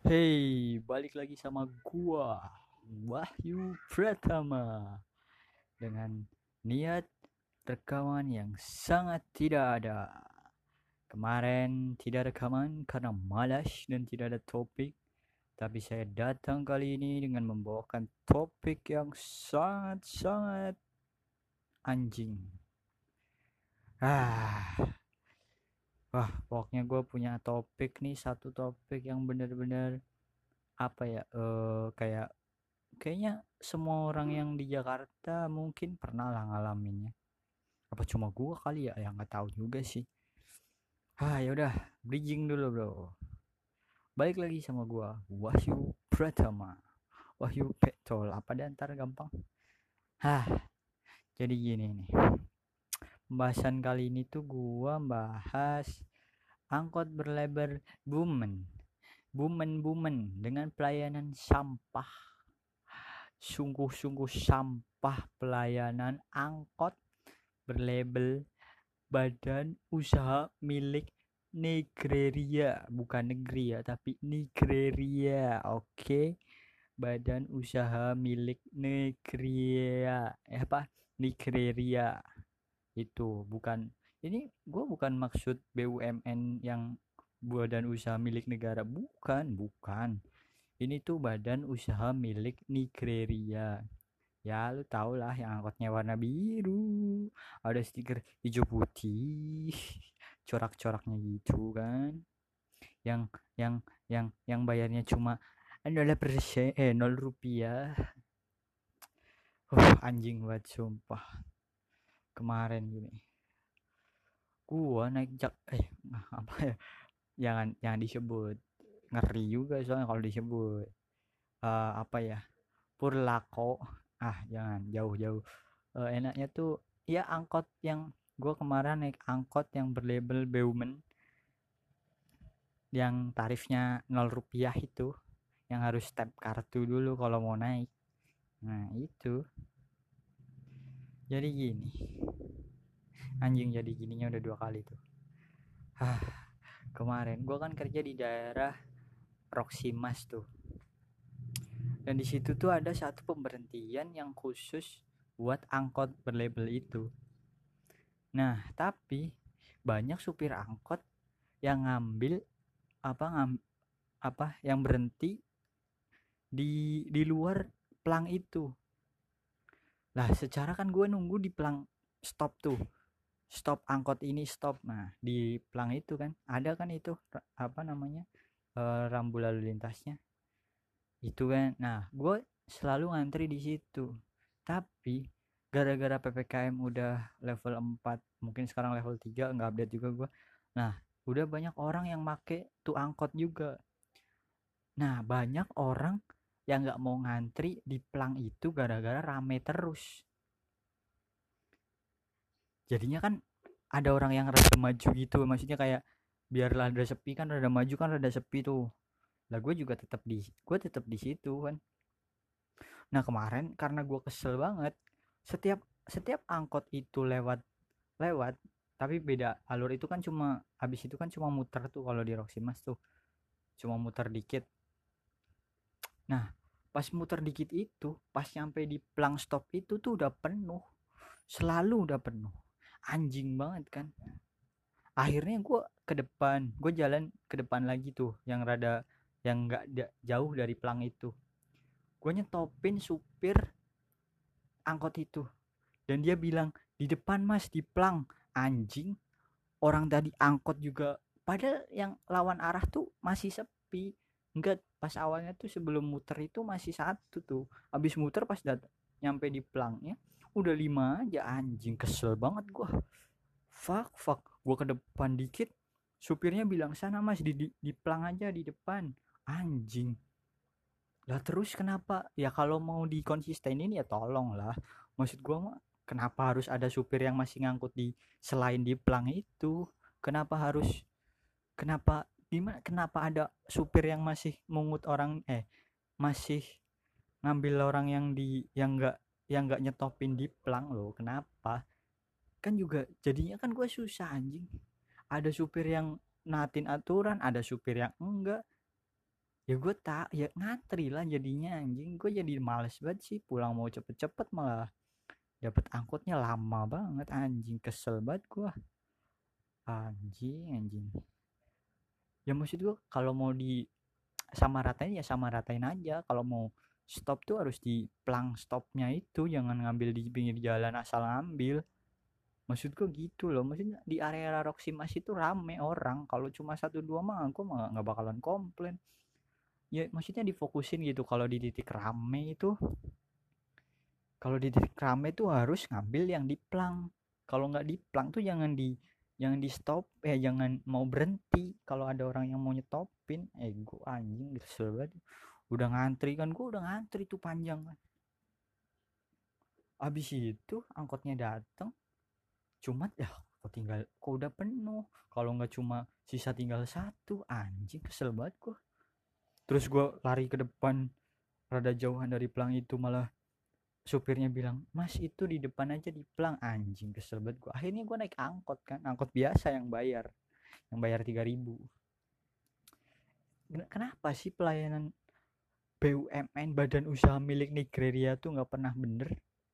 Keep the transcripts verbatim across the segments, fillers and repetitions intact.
Hey, balik lagi sama gua, Wahyu Pratama, dengan niat rekaman yang sangat tidak ada. Kemarin tidak rekaman karena malas dan tidak ada topik, tapi saya datang kali ini dengan membawakan topik yang sangat-sangat anjing. Ah, wah, pokoknya gue punya topik nih, satu topik yang bener-bener apa ya, eh kayak kayaknya semua orang yang di Jakarta mungkin pernah lah ngalaminnya. Apa cuma gua kali ya yang nggak tahu juga sih. Ah yaudah, bridging dulu bro. Balik lagi sama gua, Wahyu Pratama. Wahyu Petol, apa dan antar gampang. Hah, jadi gini nih. Pembahasan kali ini tuh gua bahas angkot berlebar Bumen. Bumen Bumen dengan pelayanan sampah. Sungguh-sungguh sampah pelayanan angkot berlabel Badan Usaha Milik Negreria, bukan negeri ya, tapi Negreria. Oke, Badan Usaha Milik Negreria. Eh apa? Negreria. Itu bukan, ini gue bukan maksud B U M N yang badan usaha milik negara, bukan, bukan. Ini tuh badan usaha milik Negreria. Ya lu tau lah yang angkotnya warna biru, ada stiker hijau putih, corak-coraknya gitu kan. Yang yang yang yang bayarnya cuma nol persen, eh nol rupiah. Uh, anjing banget sumpah. Kemarin gini, gua naik jak eh apa ya? Jangan jangan disebut. Ngeri juga soalnya kalau disebut. Eh, apa ya? Purlako. Ah, jangan jauh-jauh. Eh, enaknya tuh ya angkot yang gue kemarin naik angkot yang berlabel Beumen yang tarifnya nol rupiah itu, yang harus tap kartu dulu kalau mau naik. Nah itu jadi gini, anjing, jadi gininya udah dua kali tuh. Hah, kemarin gue kan kerja di daerah Proximas tuh, dan di situ tuh ada satu pemberhentian yang khusus buat angkot berlabel itu. Nah tapi banyak supir angkot yang ngambil apa ngam, apa yang berhenti di di luar plang itu. Lah secara kan gue nunggu di plang stop tuh, stop angkot ini stop. Nah di plang itu kan ada kan itu apa namanya, e, rambu lalu lintasnya itu kan. Nah gue selalu ngantri di situ, tapi gara-gara P P K M udah level empat, mungkin sekarang level tiga, nggak update juga gue. Nah udah banyak orang yang make tuh angkot juga. Nah, banyak orang yang nggak mau ngantri di plang itu gara-gara rame terus. Jadinya kan ada orang yang rada maju gitu, maksudnya kayak biarlah rada sepi kan, rada maju kan rada sepi tuh. Lah gue juga tetap di, gue tetap di situ kan. Nah kemarin karena gue kesel banget, setiap setiap angkot itu lewat lewat, tapi beda alur itu kan, cuma habis itu kan cuma muter tuh kalau di Roximas tuh, cuma muter dikit. Nah, pas muter dikit itu, pas nyampe di plang stop itu tuh udah penuh. Selalu udah penuh. Anjing banget kan. Akhirnya gue ke depan, gue jalan ke depan lagi tuh, yang rada, yang nggak jauh dari plang itu. Gue nyetopin supir angkot itu, dan dia bilang di depan mas, di plang. Anjing, orang tadi angkot juga, padahal yang lawan arah tuh masih sepi. Enggak, pas awalnya tuh sebelum muter itu masih satu tuh, habis muter pas dat nyampe di pelangnya udah lima aja. Anjing, kesel banget gua. Fuck fuck, gua ke depan dikit, supirnya bilang sana mas, di di, di pelang aja di depan. Anjing, lah terus kenapa ya, kalau mau dikonsistenin ya tolong lah. Maksud gua mah, kenapa harus ada supir yang masih ngangkut di selain di pelang itu? Kenapa harus, kenapa gimana, kenapa ada supir yang masih mungut orang, eh masih ngambil orang yang di, yang enggak, yang enggak nyetopin di pelang loh, kenapa? Kan juga jadinya kan gue susah anjing. Ada supir yang naatin aturan, ada supir yang enggak. Ya gue tak ya ngantri lah jadinya anjing, gue jadi males banget sih pulang, mau cepet-cepet malah dapet angkotnya lama banget anjing, kesel banget gue anjing anjing. Ya maksud gue kalau mau di sama ratain ya sama ratain aja, kalau mau stop tuh harus di plang stopnya itu, jangan ngambil di pinggir jalan asal ngambil. Maksud gue gitu loh, maksudnya di area Roxy Mas itu rame orang, kalau cuma satu dua mah gue mah nggak bakalan komplain. Ya maksudnya difokusin gitu, kalau di titik rame itu, kalau di titik rame tuh harus ngambil yang di plang, kalau nggak di plang tuh jangan di jangan di stop ya, jangan mau berhenti kalau ada orang yang mau nyetopin. Eh gue anjing kesel banget, udah ngantri kan, gue udah ngantri tuh panjang kan, abis itu angkotnya dateng, cuma ya kok tinggal kok udah penuh, kalau nggak cuma sisa tinggal satu, anjing kesel banget gue. Terus gue lari ke depan rada jauhan dari plang itu, malah supirnya bilang mas itu di depan aja di plang, anjing kesel banget gue. Akhirnya gue naik angkot kan, angkot biasa yang bayar yang bayar tiga ribu. Kenapa sih pelayanan B U M N, badan usaha milik Nigeria tuh nggak pernah bener?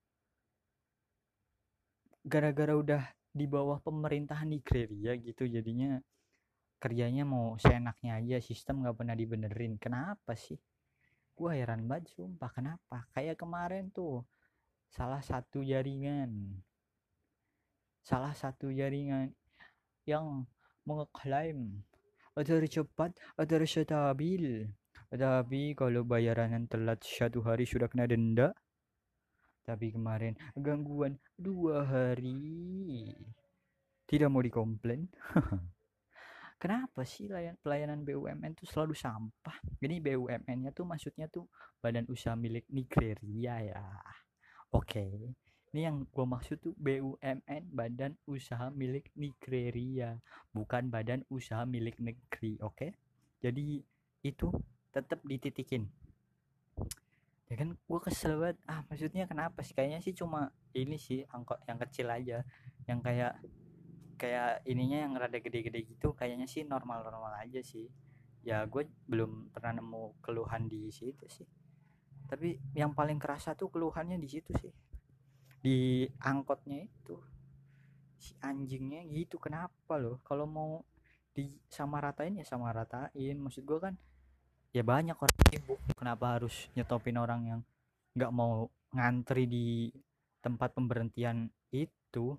Gara-gara udah di bawah pemerintahan Nigeria gitu, jadinya kerjanya mau seenaknya aja, sistem nggak pernah dibenerin. Kenapa sih? Gue heran banget sumpah, kenapa? Kayak kemarin tuh salah satu jaringan salah satu jaringan yang mengeklaim ada cepat, ada stabil, tapi kalau bayaran telat satu hari sudah kena denda. Tapi kemarin gangguan dua hari, tidak mau dikomplain. Kenapa sih pelayanan B U M N tuh selalu sampah? Jadi B U M N-nya tuh maksudnya tuh badan usaha milik Nigeria ya. Oke, ini yang gue maksud tuh B U M N, badan usaha milik Nigeria, bukan badan usaha milik negeri. Oke, jadi itu tetap dititikin. Ya kan gue kesel banget, ah maksudnya kenapa sih, kayaknya sih cuma ini sih angkot yang kecil aja, yang kayak kayak ininya yang rada gede-gede gitu, kayaknya sih normal-normal aja sih. Ya gue belum pernah nemu keluhan di situ sih, tapi yang paling kerasa tuh keluhannya di situ sih, di angkotnya itu, si anjingnya gitu. Kenapa loh, kalau mau disamaratain ya sama ratain, maksud gue kan ya banyak orang sibuk, kenapa harus nyetopin orang yang nggak mau ngantri di tempat pemberhentian itu.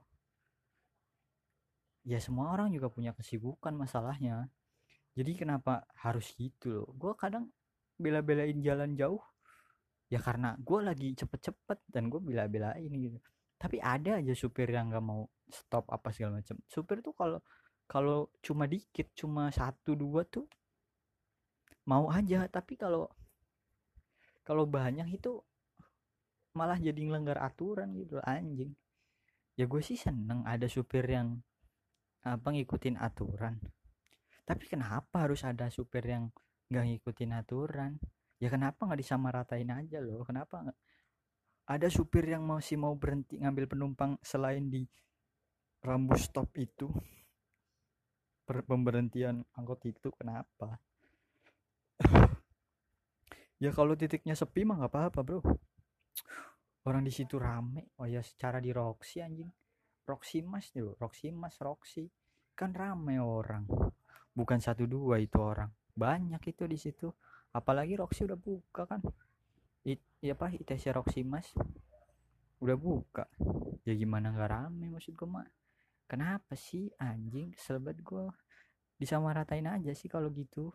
Ya semua orang juga punya kesibukan masalahnya, jadi kenapa harus gitu loh. Gue kadang bela-belain jalan jauh ya karena gue lagi cepet-cepet dan gue bela-belain gitu, tapi ada aja supir yang nggak mau stop apa segala macam. Supir tuh kalau kalau cuma dikit, cuma satu dua tuh mau aja, tapi kalau kalau banyak itu malah jadi ngelanggar aturan gitu anjing. Ya gue sih seneng ada supir yang apa ngikutin aturan, tapi kenapa harus ada supir yang nggak ngikutin aturan? Ya kenapa nggak disamaratain aja loh, kenapa nggak ada supir yang masih mau berhenti ngambil penumpang selain di rambu stop itu, pemberhentian angkot itu, kenapa? Ya kalau titiknya sepi mah nggak apa-apa bro, orang di situ rame. Oh ya secara di Roxy anjing, Roxy Mas tuh, Roxy Mas, Roxy kan rame orang, bukan satu dua itu orang, banyak itu di situ. Apalagi Roxy udah buka kan, It, ya apa I T C Roxy Mas udah buka, ya gimana nggak rame maksud gue mah. Kenapa sih anjing, kesel banget gue, disamaratain aja sih kalau gitu.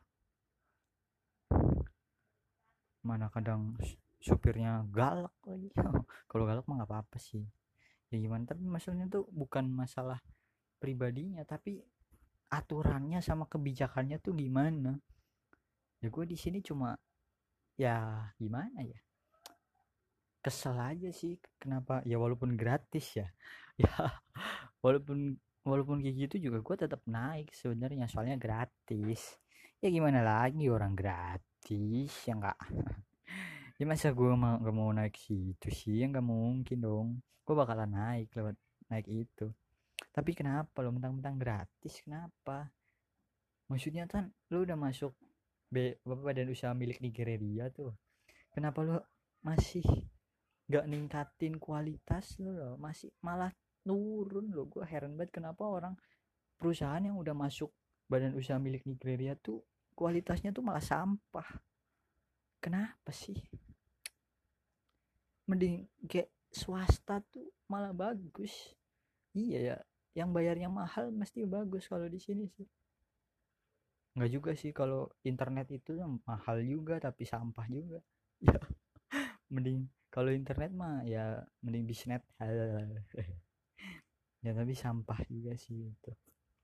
Mana kadang supirnya galak lagi. Kalau galak mah nggak apa-apa sih, ya gimana, tapi maksudnya tuh bukan masalah pribadinya, tapi aturannya sama kebijakannya tuh gimana. Ya gue di sini cuma ya gimana ya, kesel aja sih kenapa ya, walaupun gratis ya ya walaupun walaupun kayak gitu juga gue tetap naik sebenarnya, soalnya gratis. Ya gimana lagi, orang gratis ya enggak. Ya masa gue mau nggak mau naik situ sih, ya nggak mungkin dong, gue bakalan naik lewat naik itu. Tapi kenapa lo mentang-mentang gratis, kenapa? Maksudnya kan lu udah masuk B, badan usaha milik Nigeria tuh, kenapa lo masih gak ningkatin kualitas lo, lo masih malah turun lo. Gue heran banget kenapa orang perusahaan yang udah masuk badan usaha milik Nigeria tuh kualitasnya tuh malah sampah. Kenapa sih? Mending kayak swasta tuh malah bagus. Iya ya, yang bayarnya mahal mesti bagus kalau di sini sih. Nggak juga sih, kalau internet itu mahal juga tapi sampah juga. Ya, mending kalau internet mah ya mending bisnet. Ya tapi sampah juga sih itu.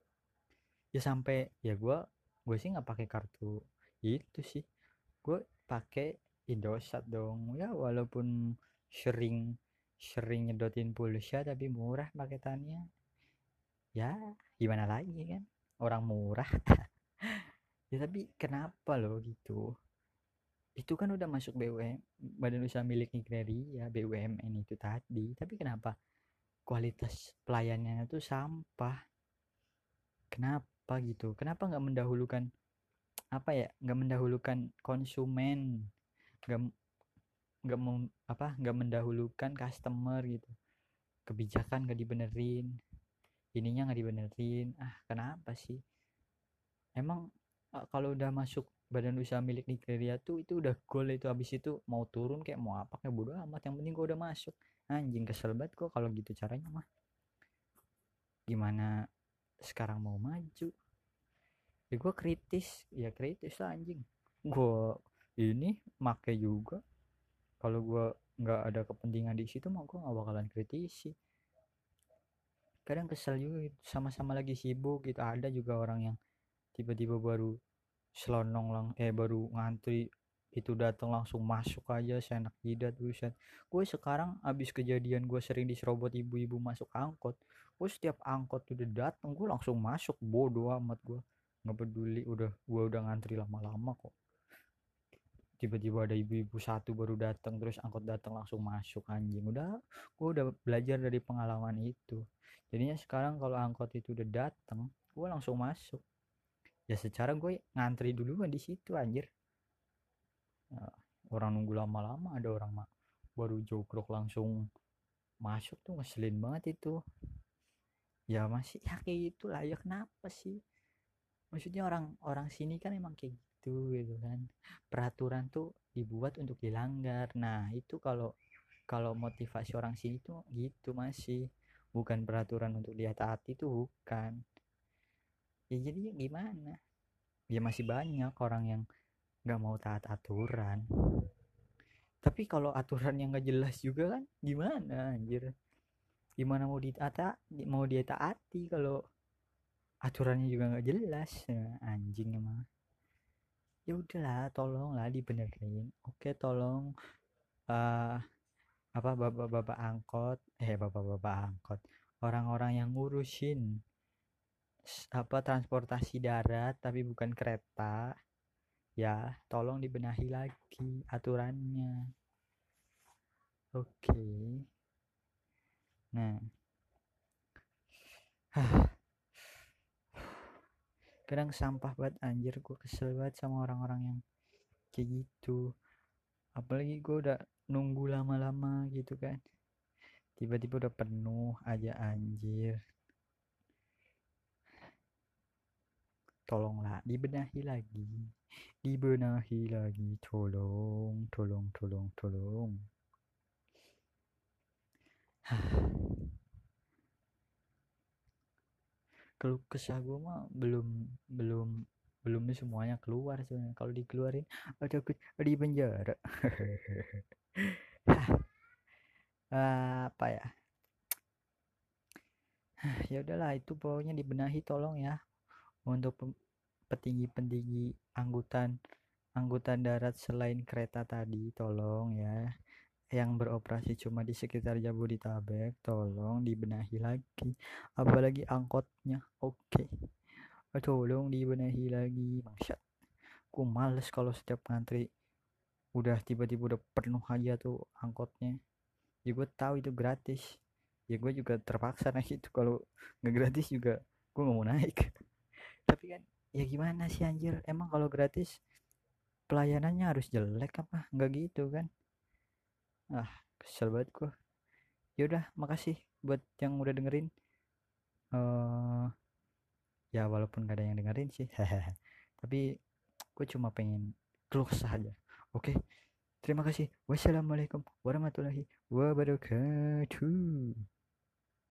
Ya sampai ya gue gue sih nggak pakai kartu itu sih. Gue pakai Indosat dong. Ya walaupun sering sering nyedotin pulsa tapi murah paketannya. Ya gimana lagi kan, orang murah. Ya tapi kenapa loh gitu, itu kan udah masuk B U M, badan usaha milik Nigeria, B U M N itu tadi, tapi kenapa kualitas pelayanannya tuh sampah? Kenapa gitu? Kenapa nggak mendahulukan apa ya, nggak mendahulukan konsumen, nggak nggak apa nggak mendahulukan customer gitu, kebijakan nggak dibenerin, ininya nggak dibenerin. Ah kenapa sih? Emang kalau udah masuk badan usaha milik Nigeria tuh itu udah goal, itu habis itu mau turun kayak mau apa kayak bodo amat, yang penting gue udah masuk. Anjing kesel banget kok kalau gitu caranya mah. Gimana sekarang mau maju? Ya gue kritis, ya kritis lah anjing. Gue ini make juga. Kalau gue nggak ada kepentingan di situ mah gue nggak bakalan kritisi. Kadang kesel juga gitu. Sama-sama lagi sibuk gitu, ada juga orang yang tiba-tiba baru selonong lang eh baru ngantri itu datang langsung masuk aja seenak jidat. Buset, gue sekarang abis kejadian gue sering diserobot ibu-ibu masuk angkot, gue setiap angkot udah datang gue langsung masuk, bodo amat, gue nggak peduli, udah gue udah ngantri lama-lama kok. Tiba-tiba ada ibu-ibu satu baru datang terus angkot datang langsung masuk, anjing. Udah, gue udah belajar dari pengalaman itu, jadinya sekarang kalau angkot itu udah datang gue langsung masuk. Ya secara gue ngantri duluan di situ anjir. Nah, orang nunggu lama-lama, ada orang mah baru jogrok langsung masuk tuh, ngeselin banget itu. Ya masih ya kayak gitulah ya, kenapa sih? Maksudnya orang orang sini kan emang kayak gitu gitu kan, peraturan tuh dibuat untuk dilanggar. Nah itu kalau kalau motivasi orang sini tuh gitu, masih bukan peraturan untuk ditaati tuh, bukan. Ya jadi gimana, ya masih banyak orang yang nggak mau taat aturan. Tapi kalau aturan yang nggak jelas juga kan gimana anjir, gimana mau ditaati mau ditaati kalau aturannya juga nggak jelas ya, anjing emang. Ya udahlah, tolonglah dibenerin. Oke tolong, uh, apa bapak-bapak angkot, eh bapak-bapak angkot, orang-orang yang ngurusin apa transportasi darat tapi bukan kereta, ya tolong dibenahi lagi aturannya. Oke. Nah, kadang sampah banget anjir, gue kesel banget sama orang-orang yang kayak gitu. Apalagi gue udah nunggu lama-lama gitu kan, tiba-tiba udah penuh aja anjir. Tolonglah dibenahi lagi, dibenahi lagi, tolong tolong tolong tolong. Kalau kesah gue mah belum belum belum semuanya keluar sebenarnya. Kalau dikeluarin ada di penjara. Apa ya, ya udahlah, itu pokoknya dibenahi tolong ya, untuk petinggi-petinggi angkutan angkutan darat selain kereta tadi, tolong ya, yang beroperasi cuma di sekitar Jabodetabek, tolong dibenahi lagi, apalagi angkotnya. Oke, tolong dibenahi lagi bangsat. Aku males kalau setiap ngantri udah tiba-tiba udah penuh aja tuh angkotnya. Ya gue tahu itu gratis, ya gue juga terpaksa naik itu. Kalau nggak gratis juga gue nggak mau naik. Tapi kan ya gimana sih anjir, emang kalau gratis pelayanannya harus jelek apa nggak gitu kan. Ah, kesel banget gua. Ya udah, makasih buat yang udah dengerin. eh Ya walaupun gak ada yang dengerin sih. Tapi gue cuma pengen keluh kesah aja. Oke, terima kasih. Wassalamualaikum warahmatullahi wabarakatuh.